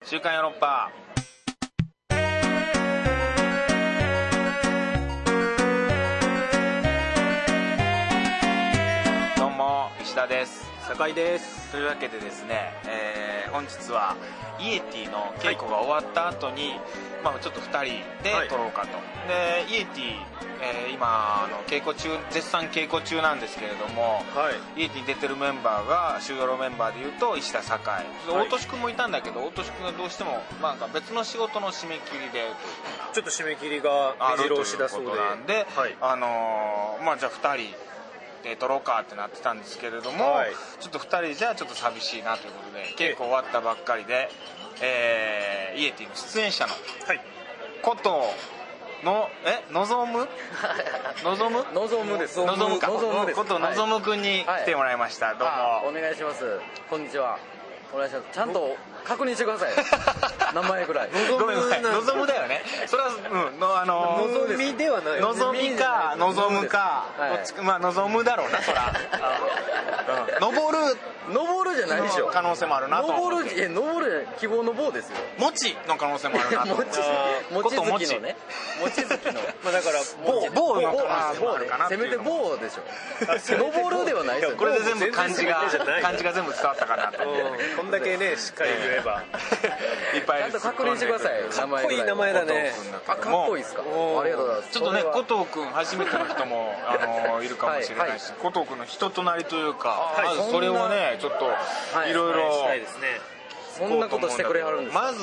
週刊ヨーロッパ。どうも石田です。 酒井です。 というわけでですね、本日はイエティの稽古が終わった後に、ちょっと2人で撮ろうかと、でイエティ、今稽古中、絶賛稽古中なんですけれども、イエティに出てるメンバーが週ヨロメンバーでいうと石田、酒井、大俊君もいたんだけど、大俊君がどうしても別の仕事の締め切りでちょっと締め切りが目白押しだそうで、 なんで、じゃあ2人で撮ろうかってなってたんですけれども、ちょっと2人じゃちょっと寂しいなということで、稽古終わったばっかりで、イエティの出演者のことの望むです。 望むかこと望むくんに来てもらいました。どうもお願いします。こんにちは。お願いします。ちゃんと確認してください。名前ぐらい。 ごめん望むだよね。それは望みではない。 望みか望むか、望むだろうな、そら。登るじゃないでしょ。 可能性もあるなと思って。 登る希望の棒ですよ。 もちの可能性もあるなと思って。 餅好きのね。餅好きの。 だから棒の可能性もあるかなっていう。 せめて棒でしょ。登るではないですよ。 これで全部漢字が全部伝わったかなと。 こんだけねしっかり言えばいっぱいちゃんと確認してください。 かっこいい名前だね。 かっこいいですか。ありがとうございます。 ちょっとね、古藤君初めての人もいるかもしれないし、古藤君の人となりというか、まずそれをねちょっといろいろしたいですね。 そんなことしてくれはるんですか。 まず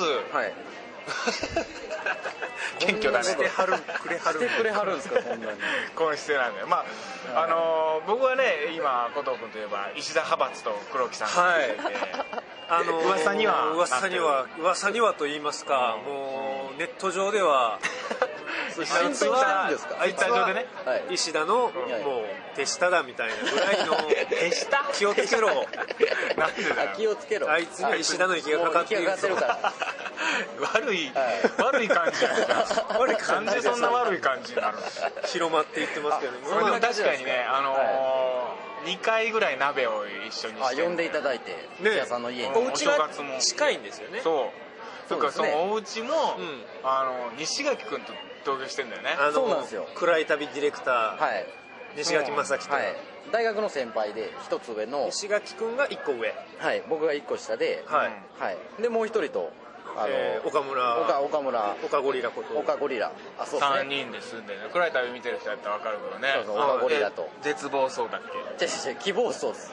謙虚だね。 してくれはるんですか。そんなにこの姿勢なんだよ。僕はね、今古藤君といえば石田派閥と黒木さんがいて、噂にはと言いますか、もうネット上では浸透してるんですか。 ツイッター上でね、 石田のもう手下だみたいなぐらいの手下、 気をつけろ。 なんでだよ。 気をつけろ。 あいつに石田の息がかかっているから悪い感じなんでそんな悪い感じになるの。 広まっていってますけども、 確かにね、2回ぐらい鍋を一緒にして呼んでいただいて、石田さんの家に。 お家が近いんですよね。 そうか、そのお家も西垣君と同居してんだよね。 そうなんですよ。 暗い旅ディレクター西垣正樹と大学の先輩で一つ上の西垣君が1個上、 僕が1個下で、でもう一人と岡ゴリラこと岡ゴリラ、 3人で住んでる。暗い旅見てる人やったら分かるけどね。 岡ゴリラと絶望そうだっけ。 希望そうです。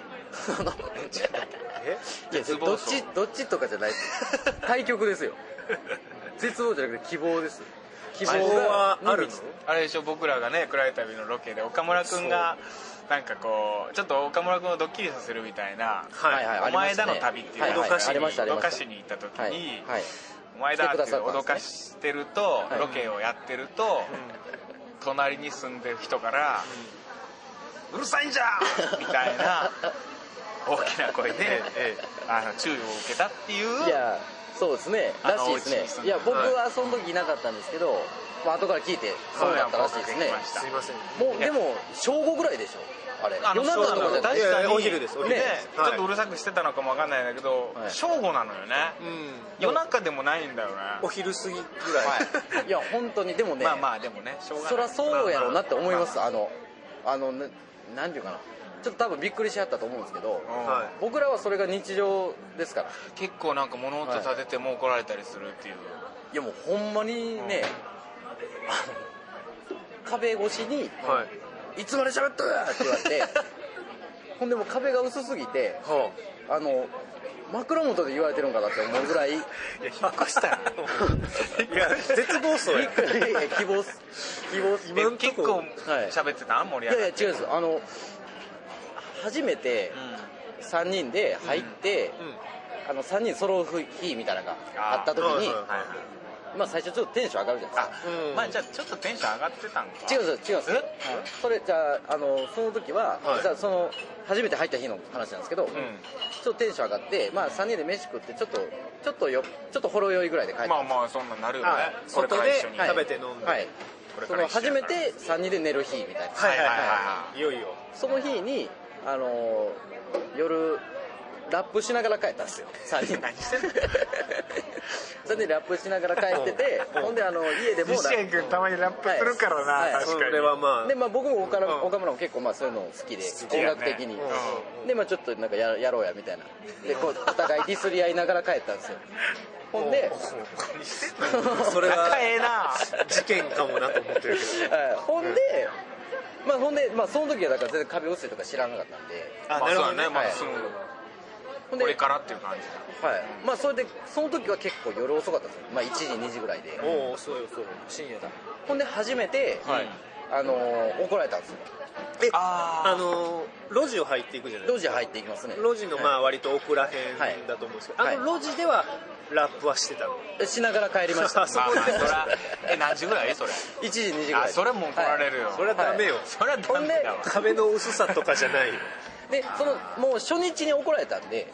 どっちとかじゃないです。対極ですよ。絶望じゃなくて希望です。希望はあるの。 あれでしょ、僕らがね暗い旅のロケで岡村君がなんかこうちょっと岡村君をドッキリさせるみたいな「お前だの旅」っていう脅かしに行った時に「お前だ」って脅かしてると、ロケをやってると隣に住んでる人から「うるさいんじゃ!」みたいな大きな声で注意を受けたっていう。 いやそうですね、らしいですね。いや僕はその時いなかったんですけど、後から聞いてそうだったらしいですね。 すいません。 もうでも正午ぐらいでしょあれ。夜中とかじゃない。 確かにお昼です。 ちょっとうるさくしてたのかもわかんないんだけど、正午なのよね。夜中でもないんだよね。 お昼過ぎぐらい。 いや本当にでもね、 でもね、 そりゃそうやろうなって思います。なんていうかな、ちょっと多分びっくりしちゃったと思うんですけど、僕らはそれが日常ですから。 結構なんか物音立てても怒られたりするっていう。 いやもうほんまにね、壁越しに「いつまで喋っとる!」って言われて、ほんでもう壁が薄すぎて枕元で言われてるんかなって思うぐらい。いや引っ越したよ。 いや絶望そうや。 希望結構喋ってた？盛り上がって。 いや違うんです。初めて3人で入って、3人揃う日みたいなのがあった時に、最初ちょっとテンション上がるじゃないですか。 じゃあちょっとテンション上がってたんか。 違うんです。それじゃあその時は、その初めて入った日の話なんですけど、ちょっとテンション上がって、3人で飯食ってちょっとほろ酔いぐらいで帰って。 そんななるよね。 外で食べて飲んで、 その初めて3人で寝る日みたいな。 いよいよその日に夜ラップしながら帰ったんですよ、3人。 何してんの？ 3人でラップしながら帰ってて、ほんで家でも西谷君たまにラップするからな、確かに。 それはまあで、僕も岡村も結構そういうの好きで、音楽的に。で、ちょっとなんかやろうやみたいな。で、こうお互いディスり合いながら帰ったんですよ。ほんでそれは仲ええな事件かもなと思ってるけど、 ほんでその時はだから全然壁薄いとか知らなかったんで、 なるほどね、これからっていう感じ。 それでその時は結構夜遅かったんですよ。1時2時ぐらいで。 おお、そう深夜だ。 ほんで初めて怒られたんですよ。 路地を入っていくじゃないですか。 路地入っていきますね。 路地の割と奥らへんだと思うんですけど、路地ではラップはしてたの？ しながら帰りました。 そら何時ぐらいそれ ？1時2時ぐらい。 それも怒られるよ。 それはダメよ。 それはダメだわ。 壁の薄さとかじゃないよ。 でもう初日に怒られたんで、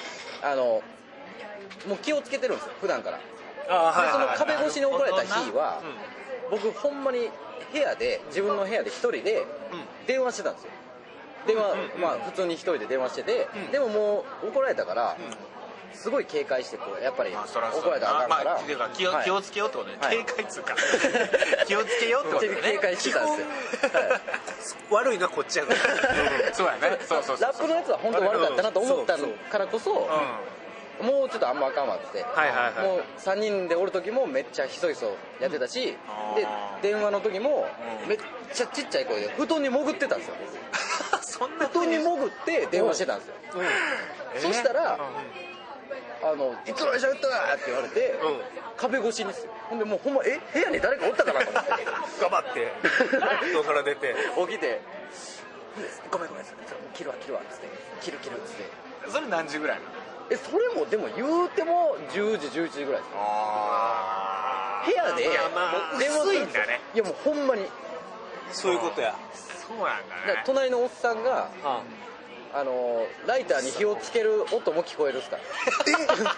もう気をつけてるんですよ普段から。その壁越しに怒られた日は僕ほんまに自分の部屋で一人で電話してたんですよ。電話普通に一人で電話してて、でももう怒られたからすごい警戒してやっぱり怒られたらあかんから気をつけようってことね。警戒っつうか気をつけようってことね。 警戒してたんですよ。 悪いのはこっちやからそうやね。そうラップのやつは本当悪かったなと思ったからこそもうちょっとあんまあかんわってもう3人でおる時もめっちゃひそひそやってたし、で電話の時もめっちゃちっちゃい声で布団に潜ってたんですよ。 そんな布団に潜って電話してたんですよ。そしたらいつまでしゃべったなって言われて壁越しにですよ。ほんでもうほんま部屋に誰かおったかなと思ってガバって布団から出て起きてごめん切るわっつって切るっつって。 それ何時ぐらいなの？ それもでも言うても10時11時ぐらいですよ。部屋で電話するんですよ。いやもうほんまにそういうことや。 そうなんだね。 隣のおっさんがライターに火をつける音も聞こえるっすから。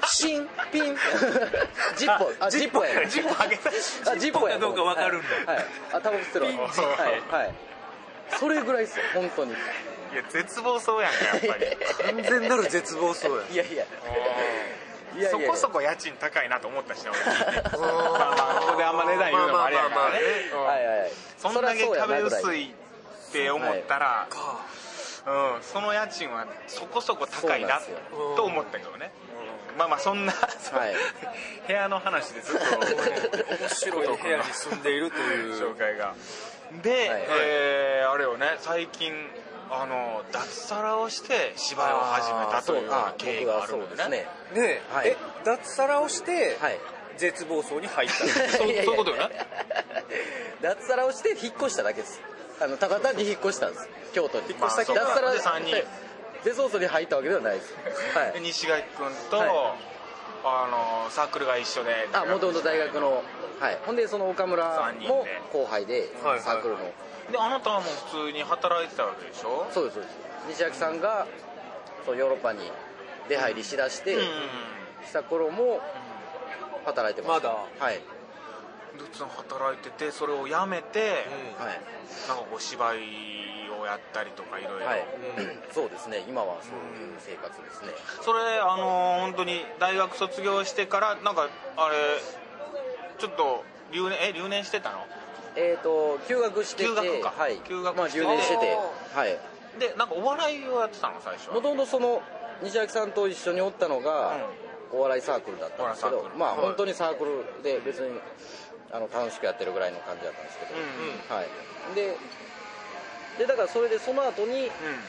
シンピンジッポやジッポあげた。 ジッポかどうか分かるんだ。 はい。タバコ吸ってるわ。はい。それぐらいっすよ本当に。 いや絶望そうやんかやっぱり。 完全なる絶望そうや。 いやそこそこ家賃高いなと思ったしな俺聞いて。ここであんま値段言うのもあれやからね。そんだけ壁薄いって思ったらその家賃はそこそこ高いなと思ったけどね。そんな部屋の話でずっと面白い部屋に住んでいるという紹介がで、あれよね最近脱サラをして芝居を始めたという経緯があるんだよね。 脱サラをして絶望層に入ったそういうことよね。 脱サラをして引っ越しただけです。ただ単に引っ越したんです京都に。 引っ越した脱サラで3人絶望層に入ったわけではないです。 西垣君とサークルが一緒でもともと大学のほんでその岡村も後輩でサークルのであなたはもう普通に働いてたわけでしょ？ そうです西垣さんがヨーロッパに出入りしだしてした頃も働いてました。 まだ働いててそれを辞めてなんかこう芝居をやったりとかいろいろ。 そうですね今はそういう生活ですね。 それ本当に大学卒業してからなんかあれちょっと留年してたの？ 休学してて休学留年しててでなんかお笑いをやってたの最初は？ もともとその西垣さんと一緒におったのがお笑いサークルだったんですけど本当にサークルで別に楽しくやってるぐらいの感じだったんですけどでだからそれでその後に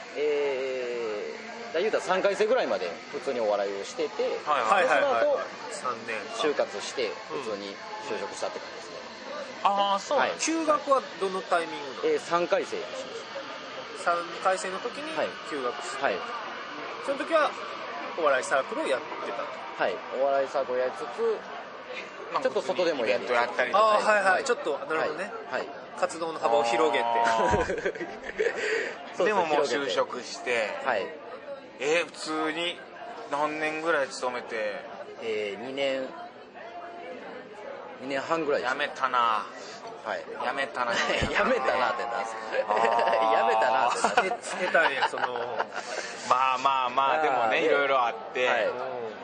言うたら3回生ぐらいまで普通にお笑いをしててその後就活して普通に就職したって感じですね。 そうなんです。 休学はどのタイミングで ？3回生にしました。 3回生の時に休学して、その時はお笑いサークルをやってたと。 お笑いサークルをやりつつちょっと外でもやりたりとかちょっとなるほどね活動の幅を広げてでももう就職して普通に何年ぐらい勤めて 2年半ぐらいです。 やめたなやめたなってなんすか？ やめたなってつけたんやそのまあでもねいろいろあって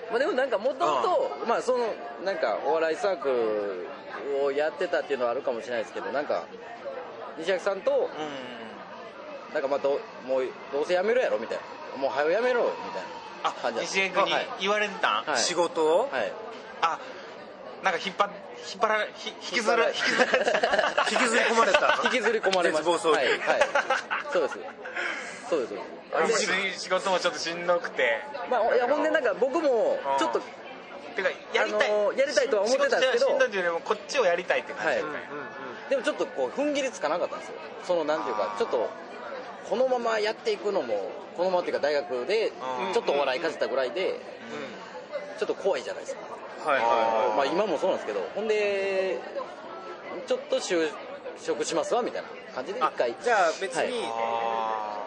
まあでもなんかもともとまあそのなんかお笑いサークルをやってたっていうのはあるかもしれないですけど、なんか西脇さんとなんかまあもうどうせやめろやろみたいな、もう早くやめろみたいな感じ。 西脇君に言われてたん、 はい、仕事を、 はい、 なんか引きずり込まれた引きずり込まれました。はい、はい、そうですそうです仕事もちょっとしんどくて、 まあいやほんでなんか僕もちょっとてかやりたいとは思ってたんですけど、 しんどいというよりもこっちをやりたいって感じだった、はい、 でもちょっとこう踏ん切りつかなかったんですよ。そのなんていうかちょっとこのままやっていくのもこのままっていうか大学でちょっとお笑いかじったぐらいでちょっと怖いじゃないですか。はいはいはい、まあ今もそうなんですけど、ほんでちょっと就職しますわみたいな感じで一回。 じゃあ別に、はい、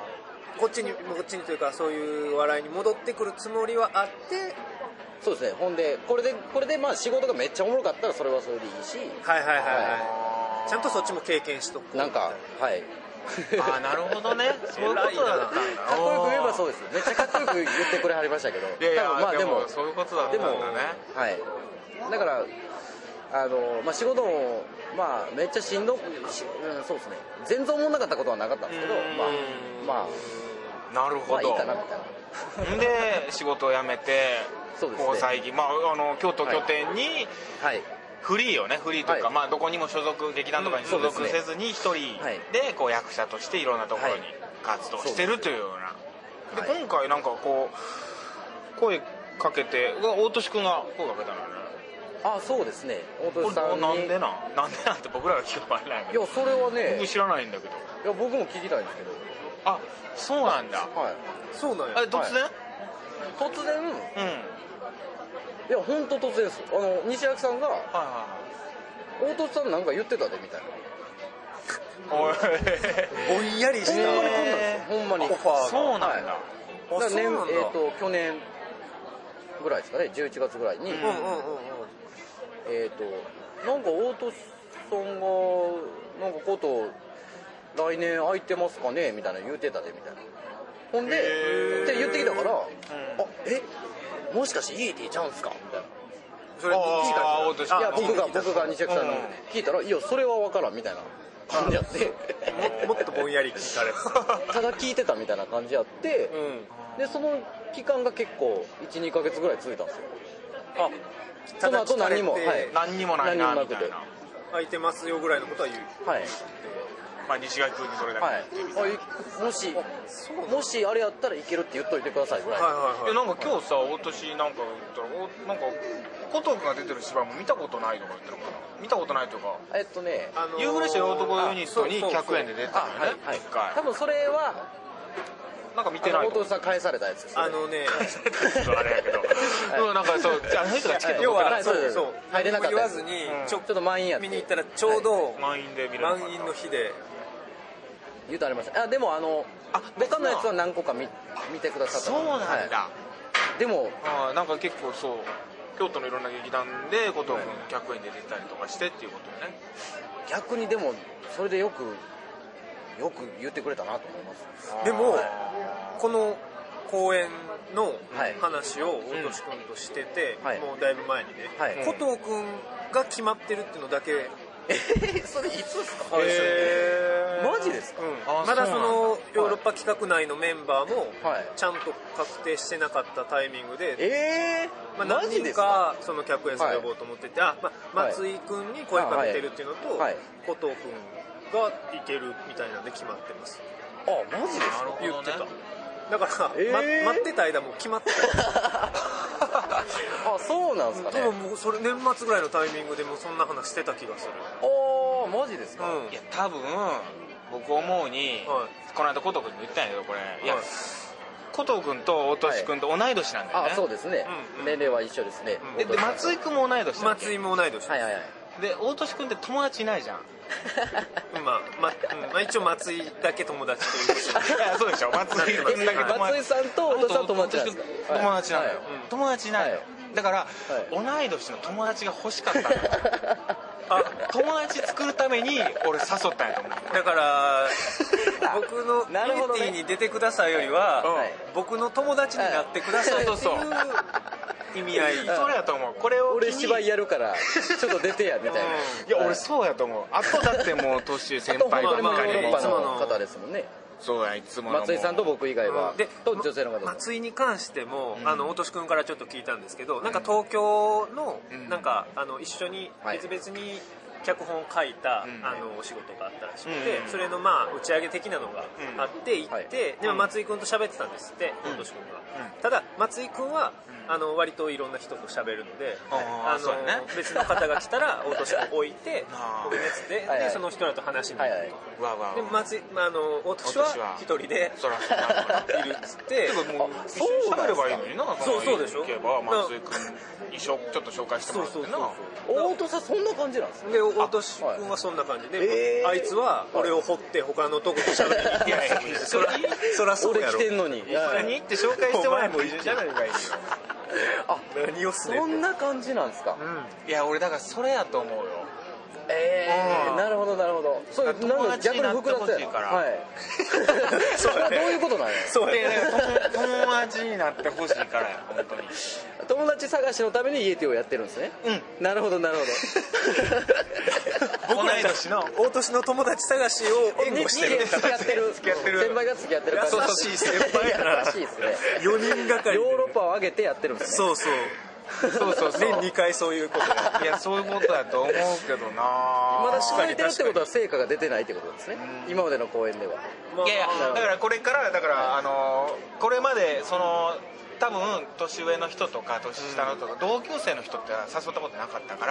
こっちにというかそういう笑いに戻ってくるつもりはあって。 そうですね。ほんでこれでまあ仕事がめっちゃおもろかったらそれはそれでいいし、 はいはいはいはい、ちゃんとそっちも経験しとこうなんか、はい。 なるほどね。そういうことだったんだ。 かっこよく言えばそうです。めっちゃかっこよく言ってくれはりましたけど。 いやまあでもそういうことだったんだね。 はい。だからまあ仕事もまあめっちゃしんどく、そうですね。全然思わなかったことはなかったんですけど、まあなるほど。 まあいいかなみたいな。 で仕事を辞めて、 そうですね。 交際期、まあ京都拠点に。はい。フリーというか、はい、まあどこにも劇団とかに所属せずに一人でこう役者としていろんなところに活動してるというような。で今回なんかこう声かけて大俊君が声かけたのね。 そうですね。大俊さんになんでなんて僕らが聞く場合ないけど。 いやそれはね僕知らないんだけど。 いや僕も聞きたいんですけど。 そうなんだ。 はい。そうなんや。 突然？ 突然。うん。いや本当突然です。西脇さんが大俊さんなんか言ってたでみたいな。 ぼんやりした。 ほんまに。 そうなんだ。 去年ぐらいですかね、11月ぐらいに。なんか大俊さんがなんかこと来年空いてますかねみたいな言うてたでみたいな。ほんでって言ってきたから、もしかしてイエティちゃうんすかみたいな。それ聞いたんですよ。いや僕が西脇さんに聞いたら、いやそれは分からんみたいな感じやってもっとぼんやり聞かれてただ聞いてたみたいな感じやって、でその期間が結構 1,2 ヶ月ぐらい続いたんですよ。その後何もないなみたいな。 空いてますよぐらいのことは言う。 はい。 まあ西垣君にそれだけ。 もしあれやったらいけるって言っといてくださいぐらい。 なんか今日さ大俊なんか言ったらなんか小藤君が出てる芝居も見たことないとか言ってるのかな。見たことないというか。夕暮れし男ユニットに100円で出てたよね。 多分それはなんか見てない。 大俊さん返されたやつです。 あれやけど。なんかそうあの人がチケット要はそう入れなかった。 言わずにちょっと満員やって。 見に行ったらちょうど満員で見れる。 満員の日で。 言うとありました。でも他のやつは何個か見てくださった。 そうなんだ。 でもなんか結構そう京都のいろんな劇団で小藤君100円で出たりとかしてっていうことよね。 逆にでもそれでよく言ってくれたなと思います。 でもこの公演の話を大俊君としてて、もうだいぶ前にね、小藤君が決まってるっていうのだけ。 それいつですか？ マジですか？まだそのヨーロッパ企画内のメンバーもちゃんと確定してなかったタイミングで、何人かその客演さん呼ぼうと思ってて、松井君に声かけてるっていうのと小藤君がいけるみたいなんで決まってます。 マジですか？ 言ってた。だから、待ってた間もう決まってた。 そうなんですかね。 でももうそれ年末ぐらいのタイミングでもうそんな話してた気がする。 マジですか？ いや多分僕思うに、この間小藤君に言ったんやけどこれ、いや小藤君と大俊君と同い年なんだよね。 そうですね。年齢は一緒ですね。 で松井君も同い年だっけ？ 松井も同い年。 で大俊君って友達いないじゃん。 一応松井だけ友達といういやそうでしょ。松井さんと大俊さん友達なんですか？ 友達なのよ。友達いないのよ。だから同い年の友達が欲しかったのよ。友達作るために俺誘ったんやと思う。 だから僕のユニティに出てくださいよりは僕の友達になってくださいっていう意味合い。 それやと思う。これを俺芝居やるからちょっと出てやみたいな。 いや俺そうやと思う。あとだってもう年先輩ばっかり。 ヨーロッパの方ですもんね。 そうや、いつもの松井さんと僕以外は、と女性の方。 松井に関しても大俊君からちょっと聞いたんですけど、なんか東京のなんか一緒に別々に脚本を書いたお仕事があったらしくて、それのまあ打ち上げ的なのがあって行って、で松井君と喋ってたんですって大俊君が。ただ松井君は割といろんな人と喋るので、別の方が来たら大俊君置いて個別でその人らと話しに行くと。で松井大俊は一人でいるっつって、 一緒に喋ればいいのにな。 そうでしょ。 行けば松井君ちょっと紹介してもらってな。 大俊さんそんな感じなんですね。 で大俊君はそんな感じで、あいつは俺を掘って他のとこと喋りに行って、そらそうやろ。 俺来てんのに一緒に行って紹介してもらえばいいじゃないかいいよ。 あ、 何をすね。 そんな感じなんですか。 いや俺だからそれやと思うよ。 なるほどなるほど。そういうなんか逆に複雑やから。はい。それはどういうことなんや。 そうや。友達になってほしいからや本当に。 友達探しのためにイエティをやってるんですね。なるほどなるほど。 同い年の大年の友達探しを援護してる。 付き合ってる先輩が付き合ってるから。 優しい先輩やな。 優しいですね。 4人がかり。 ヨーロッパを上げてやってるんですね。 そう。年2回そういうこといやそういうことだと思うけどな。 まだ続いてるってことは成果が出てないってことですね。今までの公演では。 いやだからこれからだからこれまでその多分年上の人とか年下の人とか同級生の人って誘ったことなかったから。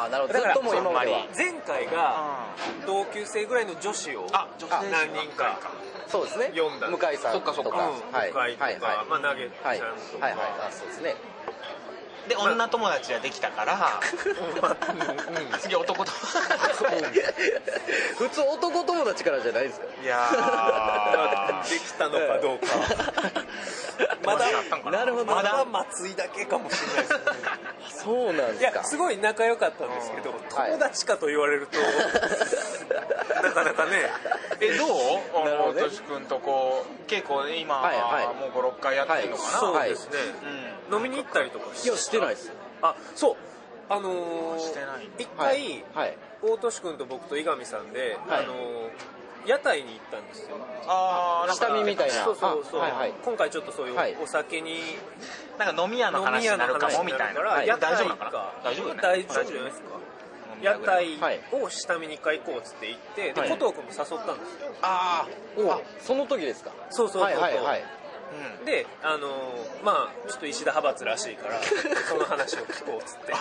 なるほど。ずっとも今までは。 前回が同級生ぐらいの女子を何人か。 そうですね。 読んだ。 向井さんとか。 向井とかまあ投げちゃんとか。 そうですね。 で女友達ができたから次男友達普通男友達からじゃないですか。 いやできたのかどうかまだなるほど。 まだ松井だけかもしれないですね。 そうなんですか。 いやすごい仲良かったんですけど、友達かと言われるとなかなかね。 どう？大俊君とこう結構今もう5、6回やってるのかな。 そうですね。飲みに行ったりとかしてないです。 そうしてない一回大俊君と僕と伊上さんで屋台に行ったんですよ。 下見みたいな。 そう今回ちょっとそういうお酒になんか飲み屋の話になるかもみたいな。大丈夫なのかな。大丈夫じゃないですか。屋台を下見に一回行こうっつって行ってで古藤君も誘ったんですよ。 その時ですか。 そうでまあちょっと石田派閥らしいからその話を聞こうっつって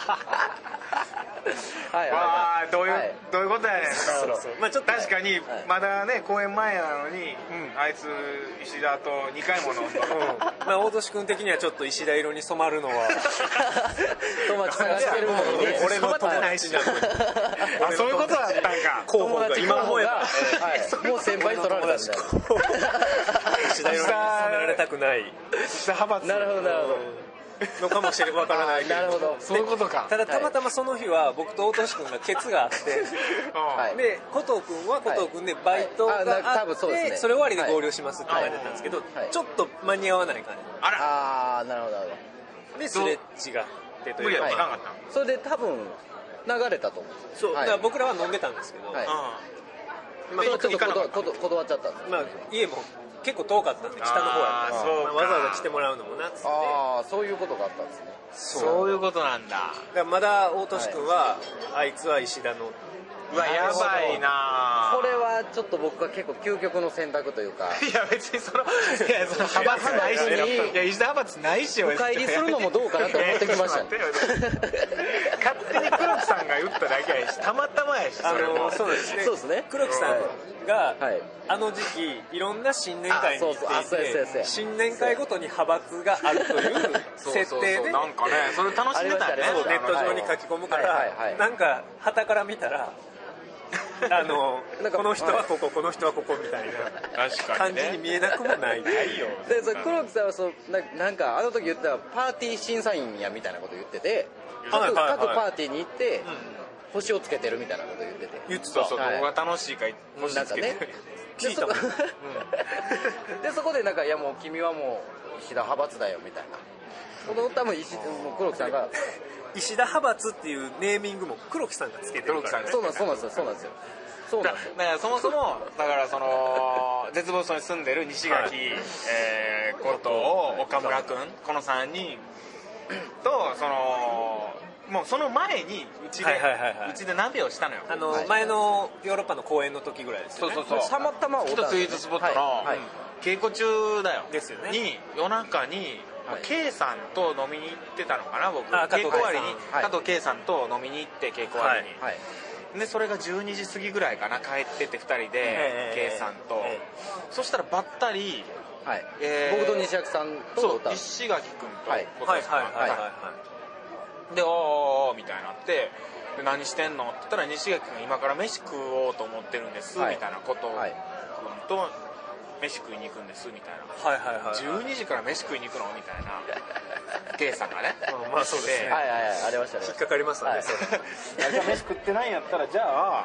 どういうことやねん。 まあちょっと確かにまだね公演前なのにあいつ石田と2回も飲んだ。 まあ大俊君的にはちょっと石田色に染まるのは友達探してるもんね。 俺の友達なのにそういうことだったんか。 友達今思えばもう先輩に取られたんだ。 石田色に染められたくない派閥。 なるほどのかもしれわからないけど。 なるほど。 そういうことか。 ただたまたまその日は僕と大俊君がケツがあってで古藤君は古藤君でバイトがあってそれ終わりで合流しますって言われてたんですけどちょっと間に合わない感じ。 なるほど。 ですれ違ってというかそれで多分流れたと思う。 そうだから僕らは飲んでたんですけどちょっと断っちゃったんです。 まあ家も結構遠かったんで北の方やったんでわざわざ来てもらうのもなっつって。 そういうことがあったんですね。 そういうことなんだ。 まだ大俊君はあいつは石田のやばいな。 これはちょっと僕は結構究極の選択というか。 いや別にその派閥ないし、いや石田派閥ないし、 深入りするのもどうかなと思ってきましたね。 勝手に黒木さんが言っただけやし、たまたまやし、それもそうですね。黒木さんがあの時期いろんな新年会に行っていて、新年会ごとに派閥があるという設定でなんかね、それ楽しんでたよね。 ネット上に書き込むからなんか旗から見たらこの人はこここの人はここみたいな感じに見えなくもないよ。 で黒木さんはなんかあの時言ったらパーティー審査員やみたいなこと言ってて各パーティーに行って星をつけてるみたいなこと言ってた。 そうどこが楽しいか星つけてる。 聞いたもん。 でそこでなんかいやもう君はもう石田派閥だよみたいなその多分黒木さんが石田派閥っていうネーミングも黒木さんがつけてるから、ね、 そうなんですよだからそもそもだからその絶望層に住んでる西垣、こと岡村君この3人ともうその前にうちで鍋をしたのよ。 前のヨーロッパの公演の時ぐらいですよね。 そうたまたまスイーツスポットの稽古中だよですよね。 に夜中にK さんと飲みに行ってたのかな僕。稽古終わりに加藤 K さんと飲みに行って稽古終わりに。でそれが12時過ぎぐらいかな帰ってて2人で K さんとそしたらばったり僕と西垣さんと石垣君と小田さんでおーみたいになってで何してんのって言ったら西垣君今から飯食おうと思ってるんですみたいなことをと飯食いに行くんですみたいな12時から飯食いに行くのみたいなK さんがねまあそうですねありましたね引っかかりますわねじゃあ飯食ってないんやったらじゃあ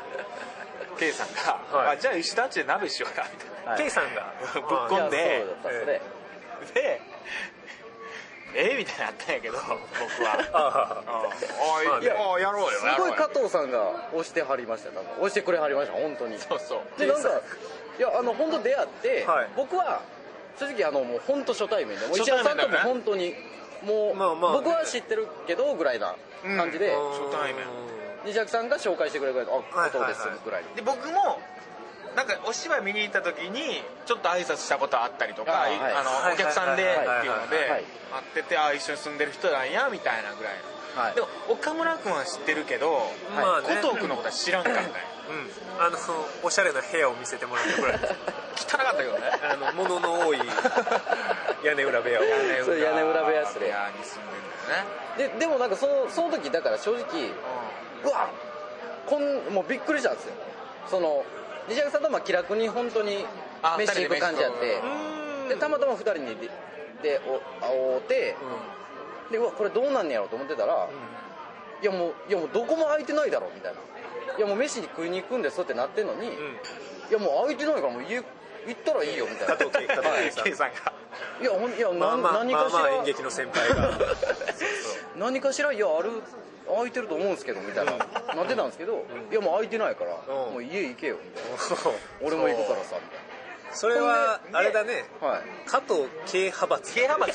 K さんがじゃあ石田っちで鍋しようかみたいな K さんがぶっ込んででみたいになったんやけど僕はいややろうよすごい加藤さんが押してはりましたよ押してくれはりました本当にそうでなんかいや本当出会って僕は正直もう本当初対面で石田さんとも本当にもう僕は知ってるけどぐらいな感じで初対面西垣さんが紹介してくれるぐらい加藤ですぐらいで僕もなんかお芝居見に行った時にちょっと挨拶したことあったりとかお客さんでっていうので会ってて一緒に住んでる人なんやみたいなぐらいでも岡村君は知ってるけど古藤君のことは知らんかったんやおしゃれな部屋を見せてもらってこれ汚かったけどね物の多い屋根裏部屋を屋根裏部屋っすねに住んでるんだよねでもなんかその時だから正直うわもうびっくりしたんですよ西垣さんと気楽に本当に飯行く感じやってでたまたま2人にで会うてでうわこれどうなんねやろうと思ってたらいやもうどこも空いてないだろみたいないやもう飯に食いに行くんですってなってんのにいやもう空いてないからもう家行ったらいいよみたいな加藤Kさんがいや何かしら演劇の先輩が何かしら空いてると思うんですけどみたいななってたんですけどいやもう空いてないからもう家行けよみたいな俺も行くからさみたいなそれはあれだね加藤K派閥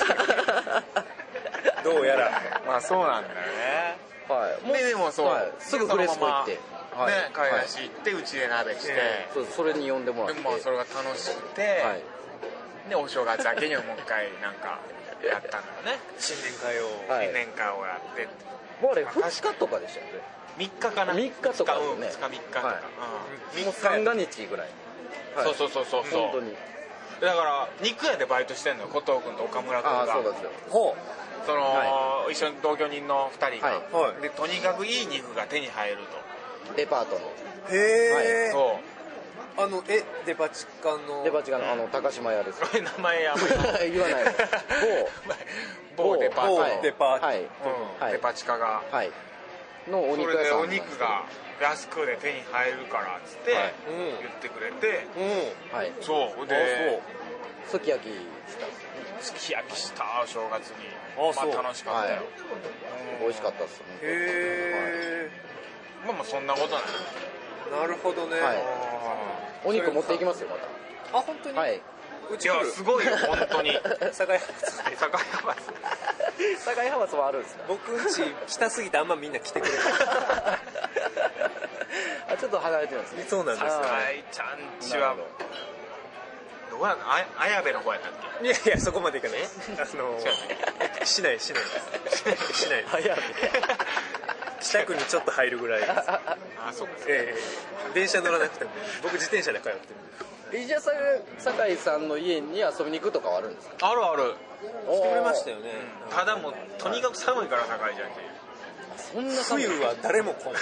どうやらまあそうなんだよねでもそうすぐフレスコ行って買い出し行ってうちで鍋してそれに呼んでもらってでもそれが楽しくてでお正月明けにもう一回なんかやったんだよね新年会をやってもうあれ2日とかでしたよね 3日かな 3日とかね 2日3日とかもう三が日ぐらいそう本当にだから肉屋でバイトしてんのよ古藤君と岡村君がそうですよ一緒に同居人の2人がでとにかくいい肉が手に入るとデパートのへえそうデパ地下の高島屋です名前や言わない某デパートデパデパ地下がのお肉屋さんそれでお肉が安くで手に入るからっつって言ってくれてそうですき焼きした正月に楽しかったよ美味しかったっすへえまあそんなことないなるほどねお肉持っていきますよまた本当にうちいやすごいよ本当に堺派閥もあるんですか僕んち北すぎてあんまみんな来てくれないちょっと離れてるんですねそうなんですはいちゃんちはどこや綾部の方やったっけいやそこまでいかない市内です市内北区にちょっと入るぐらいですそうか電車乗らなくても僕自転車で通ってるじゃあ酒井さんの家に遊びに行くとかはあるんですかあるしてくれましたよねただもうとにかく寒いから酒井じゃんけそんな寒い冬は誰も来ない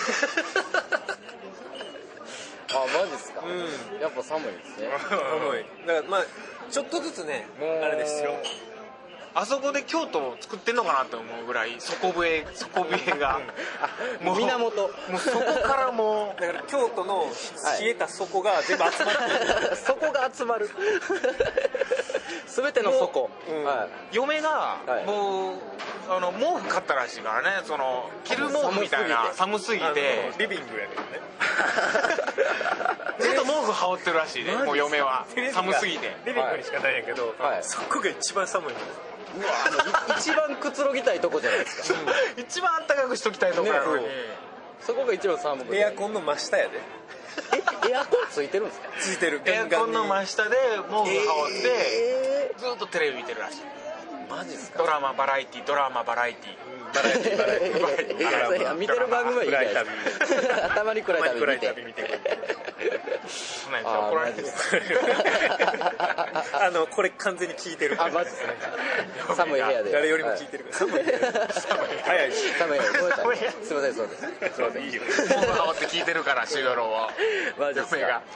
マジですかやっぱ寒いですね寒いだからちょっとずつねあれですよあそこで京都を作ってんのかなって思うぐらい底笛がもう源もうそこからもうだから京都の冷えた底が全部集まって底が集まる全ての底、 嫁がもう毛布買ったらしいからね、その着る毛布みたいな、寒すぎてリビングやけどねずっと毛布羽織ってるらしいね、もう嫁は寒すぎて。 リビングにしかないんやけど、そこが一番寒いんです。 うわ、一番くつろぎたいとこじゃないですか一番あったかくしときたいとこやのに、 そこが一番寒くて。 エアコンの真下やで。 エアコンついてるんですか？ ついてる。 エアコンの真下で毛布羽織ってずっとテレビ見てるらしい。 マジですか？ ドラマバラエティ見てる番組はいいじゃないですか。たまに暗い旅見てそんなん怒られるんですこれ完全に聞いてる。 あ、マジですね。寒い部屋で誰よりも聞いてるから。寒い部屋早いし。 寒い部屋。すいません、そうです。すいません。 いいよ。毛布羽織って聞いてるから修行郎は。 マジですか。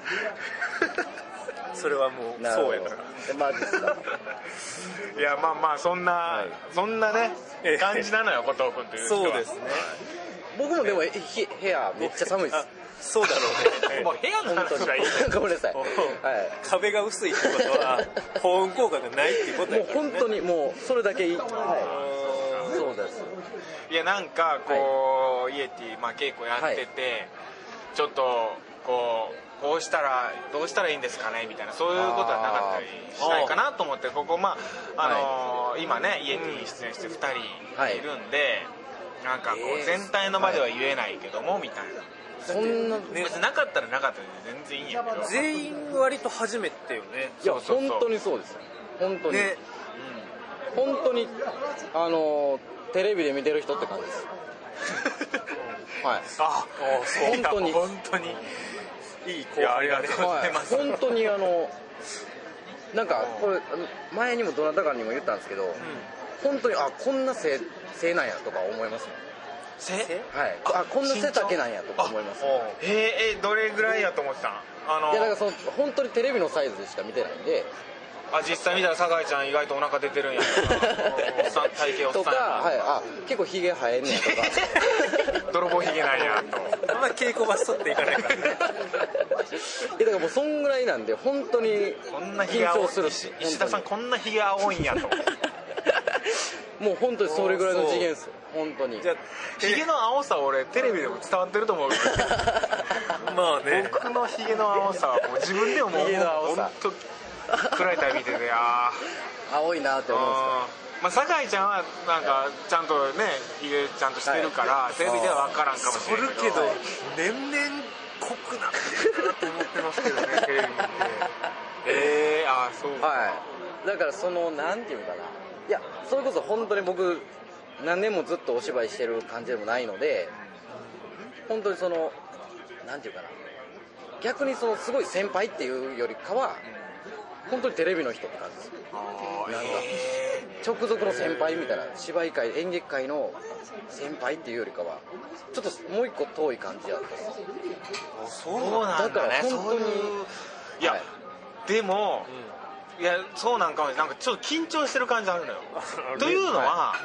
それはもうそうやから。 マジですか。 いや、まあまあそんなね感じなのよ、後藤君という人は。 そうですね。 僕もでも部屋めっちゃ寒いです。 そうだろうね。 もう部屋の話はいい。 ごめんなさい。 壁が薄いってことは保温効果がないっていうことやからね。 もう本当にもうそれだけいい。そうです。 いや、なんかこうイエティ稽古やっててちょっとこうしたらどうしたらいいんですかねみたいな、そういうことはなかったりしないかなと思って、ここ今ねイエティに出演して2人いるんで、なんかこう全体の場では言えないけどもみたいな。 そんな別になかったらなかったで全然いいんやけど、 全員割と初めてよね。 いや本当にそうですよ。本当に本当にテレビで見てる人って感じです。はい。 あ、本当にいい子。ありがとうございます。 本当になんかこれ前にもどなたかにも言ったんですけど、本当にこんな背なんやとか思いますね。 背？ はい。こんな背丈なんやとか思います。 どれぐらいやと思ってたん？ いやだから本当にテレビのサイズでしか見てないんで。 実際見たら酒井ちゃん意外とお腹出てるんやとか体型おっさんやとか、結構ヒゲ生えんねやとか泥棒ヒゲなんやとあんま稽古場剃っていかないからね。 だからもうそんぐらいなんで本当に緊張するし、 石田さんこんなヒゲ青いんやともう本当にそれぐらいの次元ですよ。本当にじゃあヒゲの青さ俺テレビでも伝わってると思うまあね、 僕のヒゲの青さはもう自分でももう本当暗い旅見てて青いなって思うんですか。酒井ちゃんはなんかちゃんとねヒゲちゃんとしてるからテレビでは分からんかもしれないけど、 年々濃くなってるなと思ってますけどねテレビ見て。 そうか。だからなんていうのかな、いやそれこそ本当に僕何年もずっとお芝居してる感じでもないので、本当になんていうかな、逆にすごい先輩っていうよりかは本当にテレビの人って感じです。なんか直属の先輩みたいな、芝居界演劇界の先輩っていうよりかはちょっともう一個遠い感じやった。 そうなんだね。 だから本当にいや、でもいやそうなんかも、なんかちょっと緊張してる感じあるのよというのは、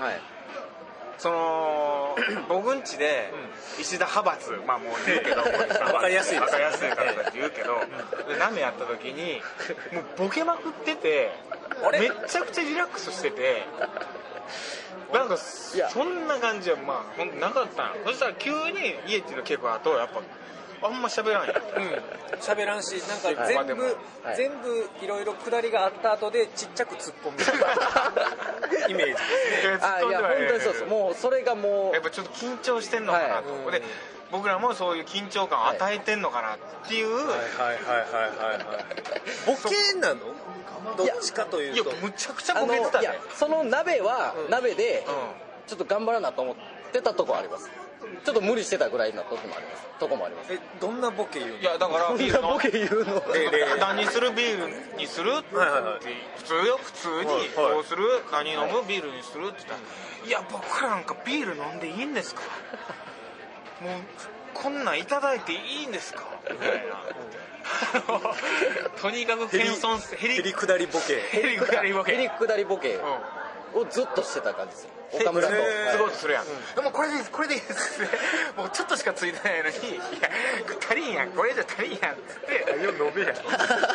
僕んちで石田派閥、もう言うけど分かりやすいからって言うけど、ナメやった時にもうボケまくっててめっちゃくちゃリラックスしてて、なんかそんな感じはほんとなかったの。そしたら急に家っていうの稽古だとやっぱあんま喋らんやん。 喋らんし、なんか全部いろいろ下りがあった後でちっちゃく突っ込むイメージですね。 いや本当にそうです。もうそれがもうやっぱちょっと緊張してんのかなと。で僕らもそういう緊張感を与えてんのかなっていう。 ボケなの？どっちかというと。 いやむちゃくちゃボケてたね。 その鍋は鍋でちょっと頑張らなと思ってたとこあります。ちょっと無理してたぐらいのとこもあります。 どんなボケ言うの？ いやだからビールのボケ言うの何するビールにするって普通にこうする何飲むビールにするって言ったら、いや僕らなんかビール飲んでいいんですか、もうこんなんいただいていいんですかみたいなとにかく謙遜してへりくだりボケをずっとしてた感じですよ。岡村とすごいするやん、でもこれでいいですねもうちょっとしかついてないのに、いや足りんやん、これじゃ足りんやんっつってよ飲めやん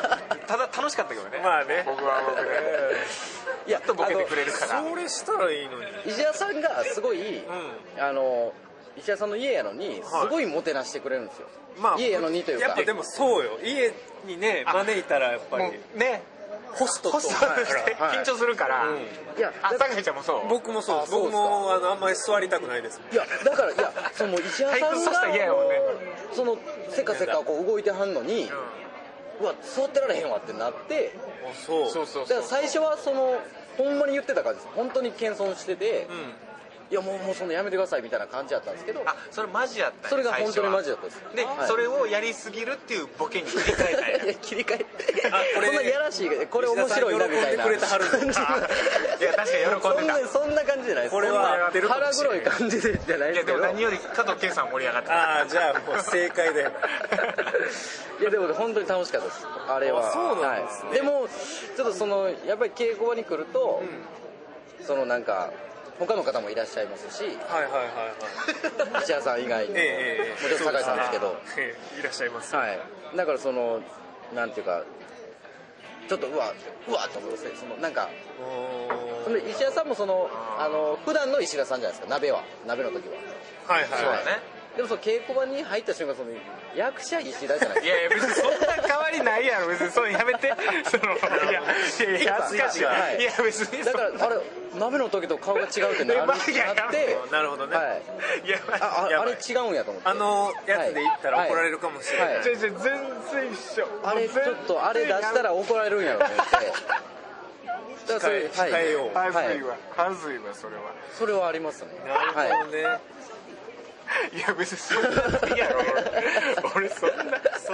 ただ楽しかったけどね。 まあね、 僕は僕でやっとボケてくれるから。 それしたらいいのに。 石屋さんがすごい、石屋さんの家やのにすごいもてなしてくれるんですよ。まあ家やのにというか。 やっぱでもそうよ。家にね招いたらやっぱりね。 ホストとして緊張するから。いや、酒井ちゃんもそう。 僕もそう。僕もあんまり座りたくないです。 いやだからその石屋さんがそのせかせかこう動いてはんのに、うわ座ってられへんわってなって。 そうだから最初はそのほんまに言ってた感じです。本当に謙遜してて。いやもうそのやめてくださいみたいな感じだったんですけど、 それマジやった。 それが本当にマジだったです。 で、それをやりすぎるっていうボケに切り替えたんや。 切り替えてこんなやらしい、これ面白いなみたいな。いや確かに喜んでた。 そんな感じじゃないです。 これは腹黒い感じでじゃないですけど。 いやでも何より加藤健さん盛り上がった。 じゃあもう正解だよ。 いやでも本当に楽しかったですあれは。 そうなんですね。 でもちょっとそのやっぱり稽古場に来ると、そのなんか他の方もいらっしゃいますし、石屋さん以外にも、もちろん酒井さんですけど、 いらっしゃいます。 はい。だからそのなんていうか、ちょっとうわと思いますね。そのなんか、その石屋さんもその普段の石田さんじゃないですか。鍋の時は。 はい。そうだね。 でもその稽古場に入った瞬間、その役者石田じゃないですか。 いや別にそんな変わりないやろ。別にそのやめて。そのいや恥ずかしい。いや別にだからあれ鍋の時と顔が違うってなって、 なるほどね。 いやあれ違うんやと思って。 やつで言ったら怒られるかもしれない。 全然一緒。 あれちょっとあれ出したら怒られるんやろと思って。 控えよう。 はずいわそれは。 それはありますね。 なるほどね。 いや別にそんないやろ俺そんな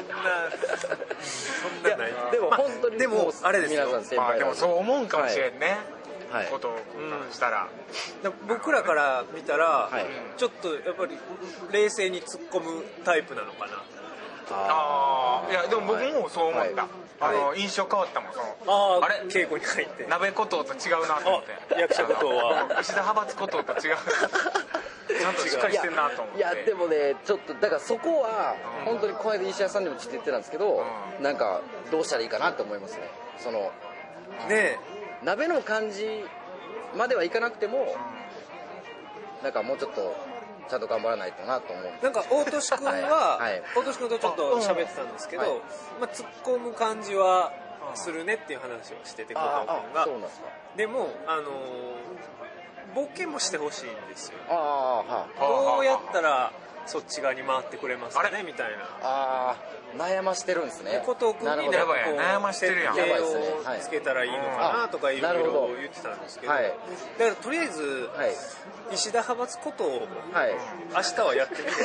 ない。でも本当にでもあれですよ。 でもそう思うんかもしれんね。ことをしたら僕らから見たらちょっとやっぱり冷静に突っ込むタイプなのかな。 いやでも僕もそう思った。印象変わったもん。 あれ稽古に入って鍋小僧と違うなと思って。 役者小僧は石田派閥小僧と違う。ちゃんとしっかりしてるなと思って。 いやでもねちょっとだからそこは本当にこの間石屋さんでもちょっと言ってたんですけど、なんかどうしたらいいかなって思いますね。そのね鍋の感じまではいかなくても、なんかもうちょっとちゃんと頑張らないとなと思う。 なんか大俊君は大俊君とちょっと喋ってたんですけど、突っ込む感じはするねっていう話をしてて、小藤君が。 そうなんですか。 でもボケもしてほしいんですよ。 どうやったらそっち側に回ってくれますかねみたいな。 悩ましてるんですね。 小藤君に悩ましてるやん。 手をつけたらいいのかなとかいろいろ言ってたんですけど、だからとりあえず石田派閥ことを明日はやってみて。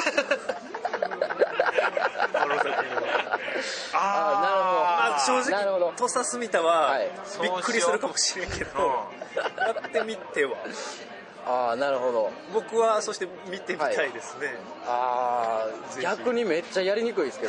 正直土佐住田はびっくりするかもしれんけど、やってみては。 なるほど。 僕はそして見てみたいですね。 逆にめっちゃやりにくいですけど。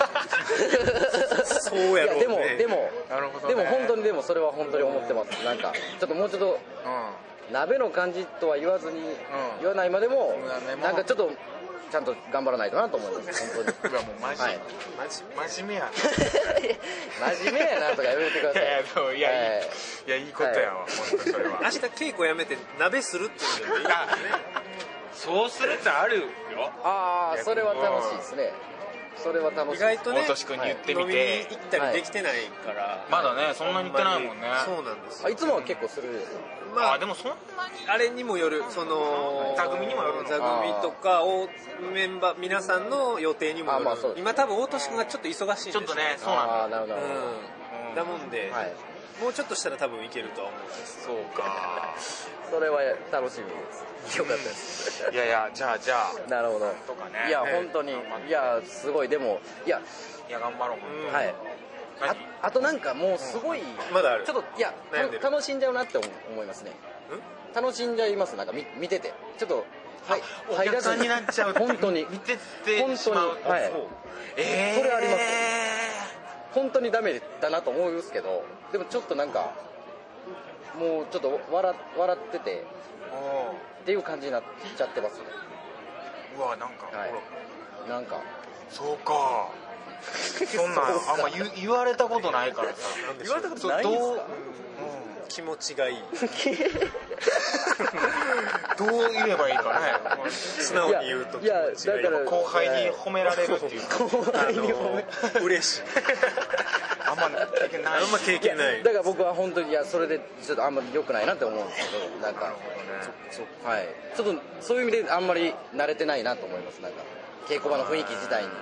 そうやろうね。 でも本当にでもそれは本当に思ってます。なんかちょっともうちょっと鍋の感じとは言わずに言わないまでもなんかちょっとちゃんと頑張らないとなと思います。本当に。 もう真面目や。 真面目やなとかやめてください。 いやいいことやわ。本当それは。 明日稽古やめて鍋するっていうのでいいですね。 そうするってあるよ。 それは楽しいですね。それは楽しい。 意外とね、 大俊君に言ってみて、 飲みに行ったりできてないから。 まだね、そんなに行ってないもんね。 そうなんですよ。 いつもは結構する。 でもそんなにあれにもよる、その座組にもよるの。 座組とかメンバー皆さんの予定にもよる。今多分大俊君がちょっと忙しいんですよ。 ちょっとね、そうなんだ。 だもんで、もうちょっとしたら多分いけるとは思うんです。 そうか。 それは楽しみです。よかったです。 いやじゃあなるほど。 とかね。 いや本当にすごい。でもいや頑張ろう。 はい。あとなんかもうすごいまだある。 ちょっと楽しんじゃうなって思いますね。楽しんじゃいます。なんか見ててちょっとお客さんになっちゃう。 本当に見てて本当にそれあります。本当にダメだなと思うんですけど、でもちょっとなんかもうちょっと笑っててっていう感じになっちゃってますね。 うわなんかなんかそうか。 そんなんあんま言われたことないからさ。 言われたことないんですか？ 気持ちがいい。 どう言えばいいかね。 素直に言うと気持ちがいい。 後輩に褒められるっていうか。 後輩に褒め嬉しい。 あんま経験ない。 だから僕は本当にそれでちょっとあんまり良くないなって思うんですけど、なんかはい、ちょっとそういう意味であんまり慣れてないなと思います。なんか稽古場の雰囲気自体になん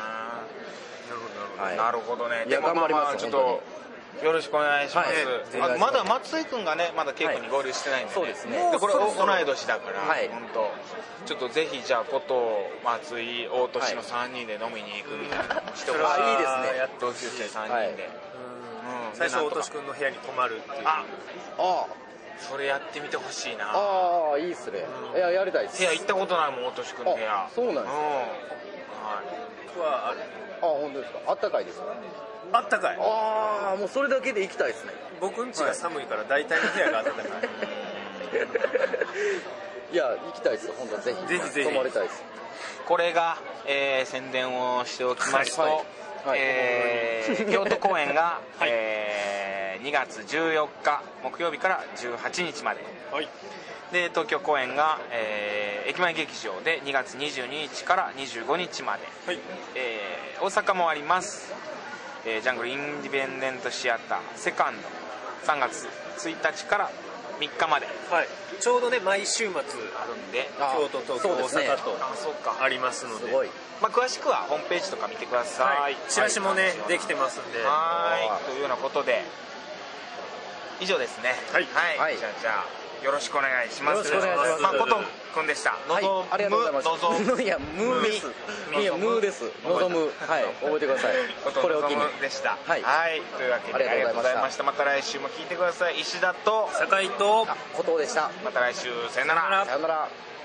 か。 なるほどね。 いや頑張ります。 ちょっとよろしくお願いします。まだ松井君がねまだ稽古に合流してないんで、 そうですね。 でこれ同い年だから、本当ちょっとぜひじゃあこと松井大俊の3人で飲みに行くみたいなのしてほしい。 いいですね。 同級生3人で。 最初大俊君の部屋に泊まるっていう。 それやってみてほしいな。 いいっすね。いややりたいです。 部屋行ったことないもん大俊君の部屋。 そうなんですか。 僕はある。 本当ですか。あったかいですか。 あったかい。 もうそれだけで行きたいですね。 僕ん家が寒いから大体の部屋があったかい。 いや行きたいですよ。本当ぜひ泊まりたいです。 これが、宣伝をしておきますと、京都公演が、2月14日木曜日から18日まで、で東京公演が、駅前劇場で2月22日から25日まで、大阪もあります。ジャングルインディペンデントシアターセカンド3月1日から3日まで、 ちょうどね毎週末あるんで京都東京大阪とありますので、 詳しくはホームページとか見てください。 チラシもねできてますんで、 というようなことで以上ですね。じゃあよろしくお願いします。誠くんでした。 ありがとうございます。いやムーです。いやムーです。望む。覚えてください。これを機にでした。というわけでありがとうございました。また来週も聞いてください。石田と酒井と後藤でした。 また来週さよなら。 さよなら。